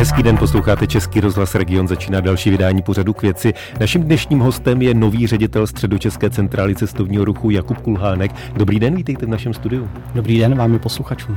Hezký den, posloucháte Český rozhlas Region, začíná další vydání pořadu K věci. Naším dnešním hostem je nový ředitel Středočeské centrály cestovního ruchu Jakub Kulhánek. Dobrý den, vítejte v našem studiu. Dobrý den vám i posluchačům.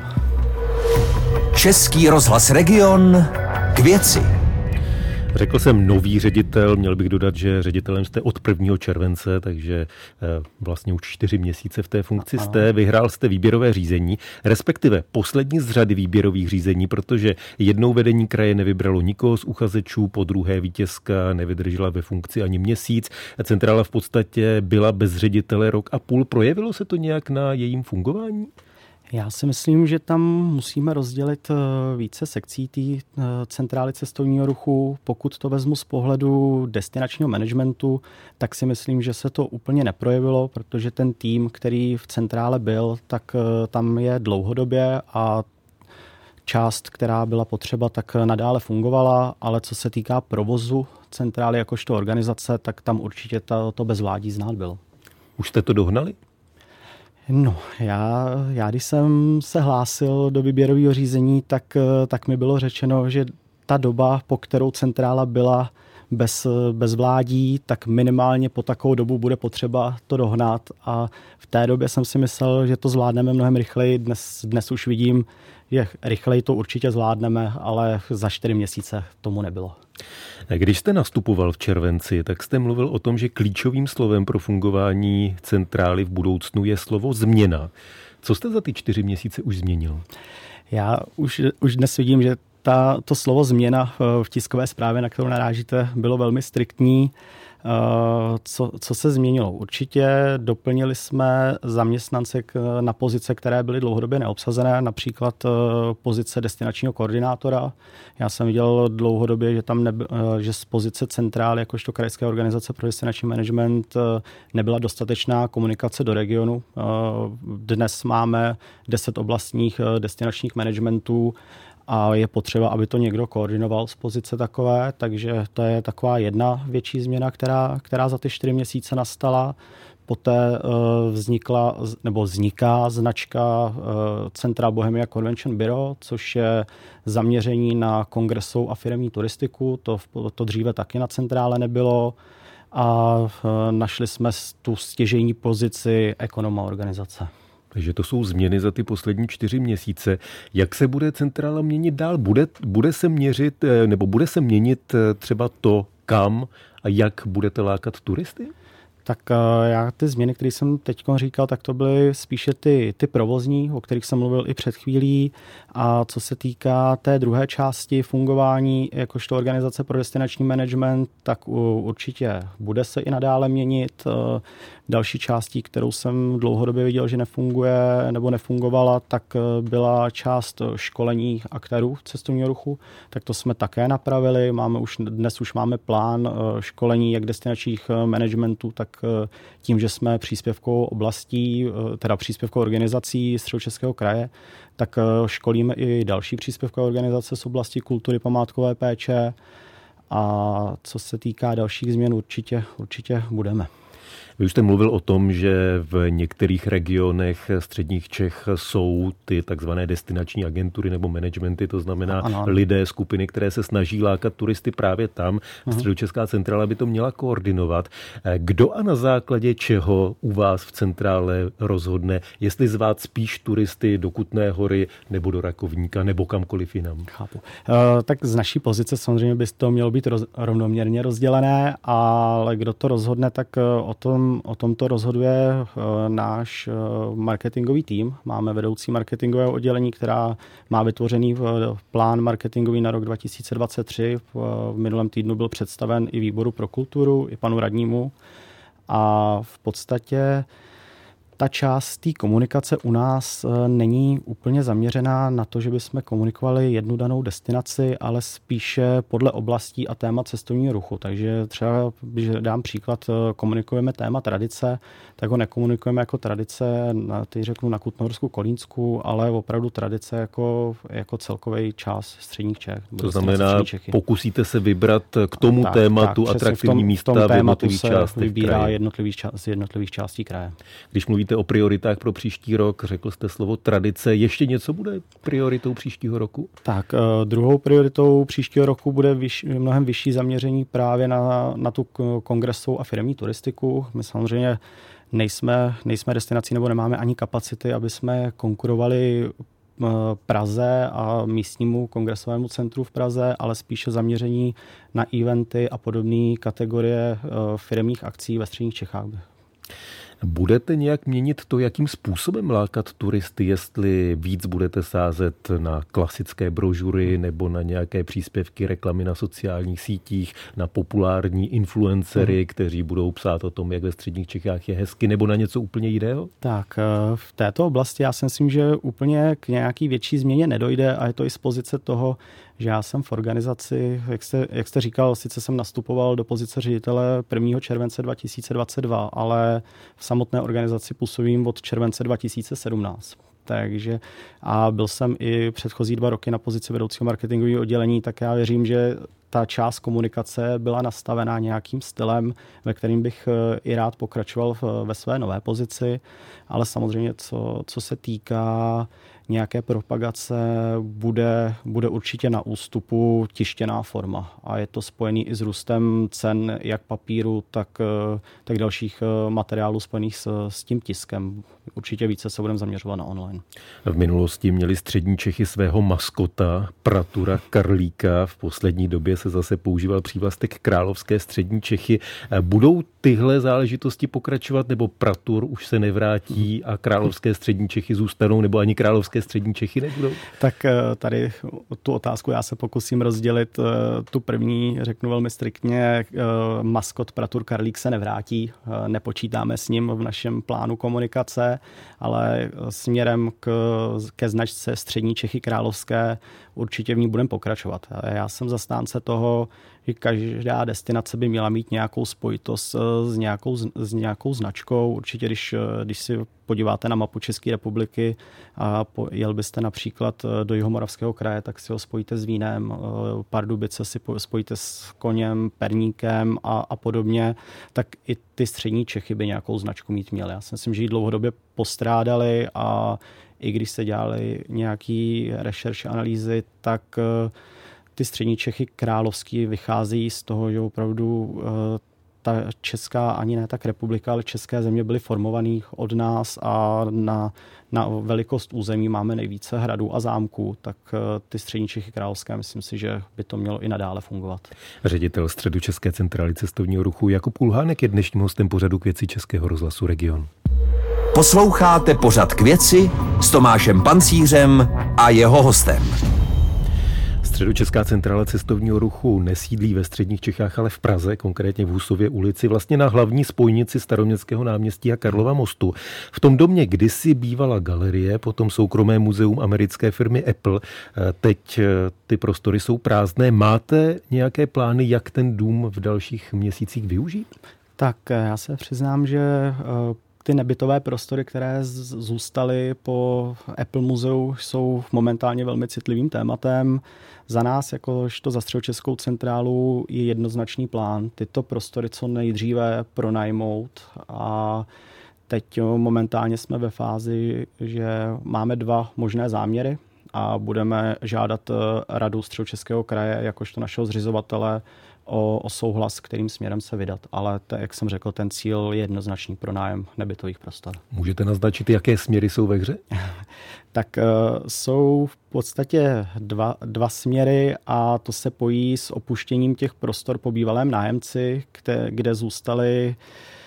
Český rozhlas Region K věci. Řekl jsem nový ředitel, měl bych dodat, že ředitelem jste od 1. července, takže vlastně už 4 měsíce v té funkci jste. Vyhrál jste výběrové řízení, respektive poslední z řady výběrových řízení, protože jednou vedení kraje nevybralo nikoho z uchazečů, po druhé vítězka nevydržela ve funkci ani měsíc. Centrála v podstatě byla bez ředitele 1,5 roku. Projevilo se to nějak na jejím fungování? Já si myslím, že tam musíme rozdělit více sekcí té centrály cestovního ruchu. Pokud to vezmu z pohledu destinačního managementu, tak si myslím, že se to úplně neprojevilo, protože ten tým, který v centrále byl, tak tam je dlouhodobě a část, která byla potřeba, tak nadále fungovala, ale co se týká provozu centrály jakožto organizace, tak tam určitě to bezvládí znát bylo. Už jste to dohnali? No, já když jsem se hlásil do výběrového řízení, tak mi bylo řečeno, že ta doba, po kterou centrála byla bez vládí, tak minimálně po takovou dobu bude potřeba to dohnat. A v té době jsem si myslel, že to zvládneme mnohem rychleji. Dnes už vidím, že rychleji to určitě zvládneme, ale za 4 měsíce tomu nebylo. Když jste nastupoval v červenci, tak jste mluvil o tom, že klíčovým slovem pro fungování centrály v budoucnu je slovo změna. Co jste za ty 4 měsíce už změnil? Já už dnes vidím, že to slovo změna v tiskové zprávě, na kterou narážíte, bylo velmi striktní. Co se změnilo? Určitě doplnili jsme zaměstnance na pozice, které byly dlouhodobě neobsazené, například pozice destinačního koordinátora. Já jsem viděl dlouhodobě, že z pozice centrály, jakožto krajské organizace pro destinační management, nebyla dostatečná komunikace do regionu. Dnes máme 10 oblastních destinačních managementů, a je potřeba, aby to někdo koordinoval z pozice takové, takže to je taková jedna větší změna, která za ty 4 měsíce nastala. Poté vzniká značka Central Bohemia Convention Bureau, což je zaměření na kongresovou a firemní turistiku. To dříve taky na centrále nebylo. A našli jsme tu stěžejní pozici ekonoma organizace. Takže to jsou změny za ty poslední 4 měsíce. Jak se bude centrála měnit dál? Bude se měřit, nebo bude se měnit třeba to, kam a jak budete lákat turisty? Tak já ty změny, které jsem teď říkal, tak to byly spíše ty provozní, o kterých jsem mluvil i před chvílí. A co se týká té druhé části fungování jakožto organizace pro destinační management, tak určitě bude se i nadále měnit. Další částí, kterou jsem dlouhodobě viděl, že nefunguje nebo nefungovala, tak byla část školení aktérů cestovního ruchu. Tak to jsme také napravili. Dnes už máme plán školení jak destinačních managementů, tak tím, že jsme příspěvkovou oblastí, teda příspěvkovou organizací Středočeského kraje, tak školíme i další příspěvkové organizace z oblasti kultury, památkové péče. A co se týká dalších změn, určitě budeme. Vy už jste mluvil o tom, že v některých regionech středních Čech jsou ty takzvané destinační agentury nebo managementy, to znamená lidé, skupiny, které se snaží lákat turisty právě tam. Středočeská centrála by to měla koordinovat. Kdo a na základě čeho u vás v centrále rozhodne, jestli zvát spíš turisty do Kutné Hory nebo do Rakovníka nebo kamkoliv jinam? Chápu. Tak z naší pozice samozřejmě by to mělo být rovnoměrně rozdělené, ale kdo to rozhodne, tak o tom to rozhoduje náš marketingový tým. Máme vedoucí marketingového oddělení, která má vytvořený plán marketingový na rok 2023. V minulém týdnu byl představen i výboru pro kulturu, i panu radnímu. A v podstatě ta část té komunikace u nás není úplně zaměřená na to, že bychom komunikovali jednu danou destinaci, ale spíše podle oblastí a témat cestovního ruchu. Takže třeba, když dám příklad, komunikujeme téma tradice, tak ho nekomunikujeme jako tradice, na Kutnohorsku, Kolínsku, ale opravdu tradice jako celkový čáz středních Čech. To znamená, pokusíte se vybrat k tomu tématu atraktivní místa v jednotlivých částech vybírá z jednotlivých částí kraje. Když mluvíte mluvíte o prioritách pro příští rok, řekl jste slovo tradice. Ještě něco bude prioritou příštího roku? Tak, druhou prioritou příštího roku bude mnohem vyšší zaměření právě na tu kongresovou a firemní turistiku. My samozřejmě nejsme destinací nebo nemáme ani kapacity, aby jsme konkurovali Praze a místnímu kongresovému centru v Praze, ale spíše zaměření na eventy a podobné kategorie firemních akcí ve středních Čechách. Budete nějak měnit to, jakým způsobem lákat turisty, jestli víc budete sázet na klasické brožury nebo na nějaké příspěvky, reklamy na sociálních sítích, na populární influencery, kteří budou psát o tom, jak ve středních Čechách je hezky, nebo na něco úplně jiného? Tak v této oblasti já si myslím, že úplně k nějaký větší změně nedojde a je to i z pozice toho, že já jsem v organizaci, jak jste říkal, sice jsem nastupoval do pozice ředitele 1. července 2022, ale v samotné organizaci působím od července 2017. Takže a byl jsem i předchozí 2 roky na pozici vedoucího marketingového oddělení, tak já věřím, že ta část komunikace byla nastavená nějakým stylem, ve kterým bych i rád pokračoval ve své nové pozici, ale samozřejmě, co se týká nějaké propagace, bude určitě na ústupu tištěná forma a je to spojený i s růstem cen jak papíru, tak dalších materiálů spojených s tím tiskem. Určitě více se budeme zaměřovat na online. V minulosti měli střední Čechy svého maskota, pratura Karlíka. V poslední době se zase používal přívlastek Královské střední Čechy. Budou tyhle záležitosti pokračovat, nebo pratur už se nevrátí a Královské střední Čechy zůstanou, nebo ani Královské střední Čechy nebudou? Tak tady tu otázku já se pokusím rozdělit. Tu první řeknu velmi striktně. Maskot pratur Karlík se nevrátí. Nepočítáme s ním v našem plánu komunikace, ale směrem ke značce střední Čechy Královské určitě v ní budeme pokračovat. Já jsem zastánce toho, že každá destinace by měla mít nějakou spojitost s nějakou značkou. Určitě, když si podíváte na mapu České republiky a jel byste například do Jihomoravského kraje, tak si ho spojíte s vínem, Pardubice si spojíte s koněm, perníkem a podobně, tak i ty střední Čechy by nějakou značku mít měly. Já si myslím, že ji dlouhodobě postrádali a i když se dělali nějaký rešerše, analýzy, tak ty střední Čechy královský vychází z toho, že opravdu ta česká, ani ne tak republika, ale české země byly formovaných od nás a na velikost území máme nejvíce hradů a zámků, tak ty střední Čechy královské, myslím si, že by to mělo i nadále fungovat. Ředitel Středočeské centrály cestovního ruchu Jakub Kulhánek je dnešním hostem pořadu K věci Českého rozhlasu Region. Posloucháte pořad K věci s Tomášem Pancířem a jeho hostem. Středočeská centrála cestovního ruchu nesídlí ve středních Čechách, ale v Praze, konkrétně v Husově ulici, vlastně na hlavní spojnici Staroměstského náměstí a Karlova mostu. V tom domě kdysi bývala galerie, potom soukromé muzeum americké firmy Apple. Teď ty prostory jsou prázdné. Máte nějaké plány, jak ten dům v dalších měsících využít? Tak já se přiznám, že ty nebytové prostory, které zůstaly po Apple muzeu, jsou momentálně velmi citlivým tématem. Za nás, jakožto za Středočeskou centrálu, je jednoznačný plán tyto prostory co nejdříve pronajmout a teď momentálně jsme ve fázi, že máme 2 možné záměry a budeme žádat Radu Středočeského kraje jakožto našeho zřizovatele o souhlas, kterým směrem se vydat. Ale jak jsem řekl, ten cíl je jednoznačný pronájem nebytových prostor. Můžete naznačit, jaké směry jsou ve hře? Tak jsou v podstatě dva směry a to se pojí s opuštěním těch prostor po bývalém nájemci, kde zůstaly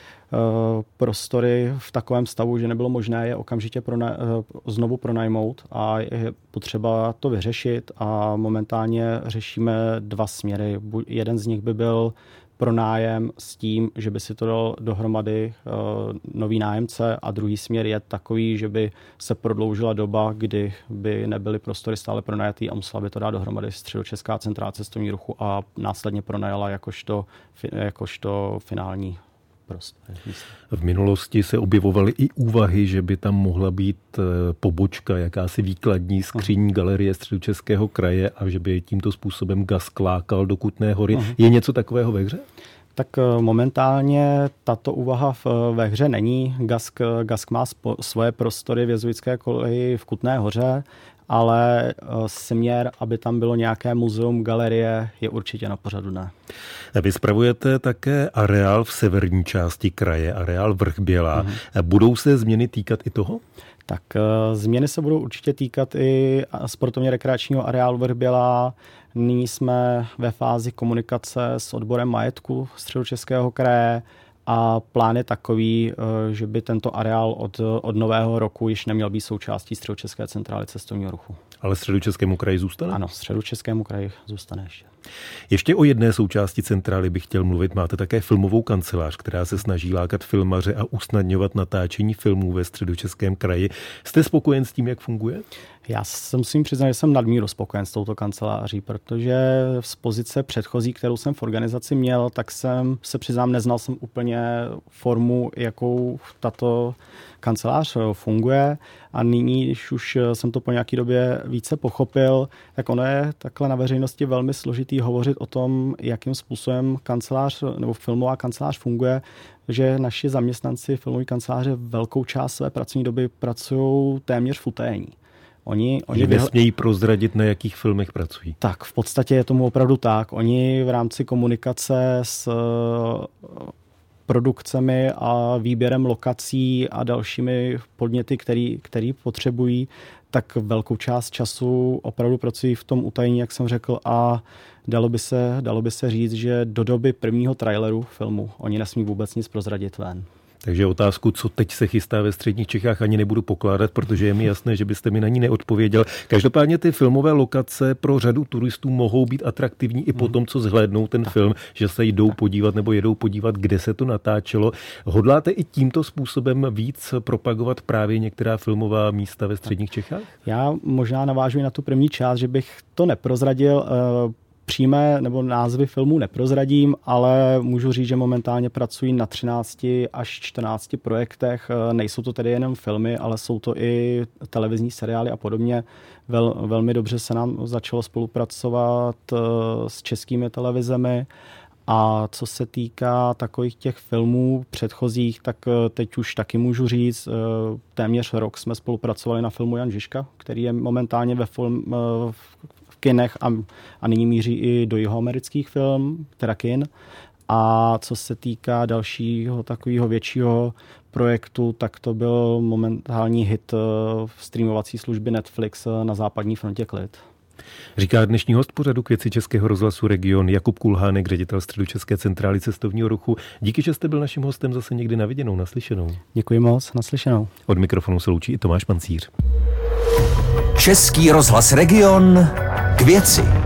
prostory v takovém stavu, že nebylo možné je okamžitě znovu pronajmout a je potřeba to vyřešit a momentálně řešíme 2 směry. Jeden z nich by byl pronájem s tím, že by si to dal dohromady nový nájemce a druhý směr je takový, že by se prodloužila doba, kdy by nebyly prostory stále pronajatý a musela by to dát dohromady Středočeská centrála cestovního ruchu a následně pronajala jakožto finální prostor. V minulosti se objevovaly i úvahy, že by tam mohla být pobočka, jakási výkladní skříň galerie Středočeského kraje a že by tímto způsobem gas klákal do Kutné Hory. Je něco takového ve hře? Tak momentálně tato úvaha ve hře není. GASK má svoje prostory v jezuitské koleji v Kutné Hoře, ale směr, aby tam bylo nějaké muzeum, galerie, je určitě na pořadu dne. Vy spravujete také areál v severní části kraje, areál Vrchběla. Budou se změny týkat i toho? Tak změny se budou určitě týkat i sportovně rekreačního areálu Vrchběla. Nyní jsme ve fázi komunikace s odborem majetku Středočeského kraje a plán je takový, že by tento areál od nového roku již neměl být součástí Středočeské centrály cestovního ruchu. Ale Středočeskému kraji zůstane? Ano, Středočeskému kraji zůstane ještě. Ještě o jedné součásti centrály bych chtěl mluvit. Máte také filmovou kancelář, která se snaží lákat filmaře a usnadňovat natáčení filmů ve Středočeském kraji. Jste spokojen s tím, jak funguje? Já se musím přiznat, že jsem nadmíru spokojen s touto kanceláří, protože z pozice předchozí, kterou jsem v organizaci měl, tak jsem se přiznám, neznal jsem úplně formu, jakou tato kancelář funguje, a nyní, když už jsem to po nějaké době více pochopil, tak ono je takhle na veřejnosti velmi složitý hovořit o tom, jakým způsobem kancelář nebo filmová kancelář funguje, že naši zaměstnanci filmové kanceláře velkou část své pracovní doby pracují téměř v utajení. Oni nesmějí prozradit, na jakých filmech pracují. Tak, v podstatě je tomu opravdu tak. Oni v rámci komunikace s produkcemi a výběrem lokací a dalšími podněty, který potřebují, tak velkou část času opravdu pracují v tom utajení, jak jsem řekl, a dalo by se říct, že do doby prvního traileru filmu oni nesmí vůbec nic prozradit ven. Takže otázku, co teď se chystá ve středních Čechách, ani nebudu pokládat, protože je mi jasné, že byste mi na ní neodpověděl. Každopádně ty filmové lokace pro řadu turistů mohou být atraktivní i po tom, co zhlédnou ten film, že se jdou podívat nebo jedou podívat, kde se to natáčelo. Hodláte i tímto způsobem víc propagovat právě některá filmová místa ve středních Čechách? Já možná navážuji na tu první část, že bych to neprozradil. Přímé nebo názvy filmů neprozradím, ale můžu říct, že momentálně pracují na 13 až 14 projektech. Nejsou to tedy jenom filmy, ale jsou to i televizní seriály a podobně. Velmi dobře se nám začalo spolupracovat s českými televizemi. A co se týká takových těch filmů předchozích, tak teď už taky můžu říct, téměř rok jsme spolupracovali na filmu Jan Žižka, který je momentálně v kinech a nyní míří i do jihoamerických film, teda kin. A co se týká dalšího takového většího projektu, tak to byl momentální hit v streamovací služby Netflix Na západní frontě klid. Říká dnešní host pořadu K věci Českého rozhlasu Region Jakub Kulhánek, ředitel Středočeské centrály cestovního ruchu. Díky, že jste byl naším hostem, zase někdy na viděnou, naslyšenou. Děkuji moc, naslyšenou. Od mikrofonu se loučí i Tomáš Pancíř. Český rozhlas Region K věci.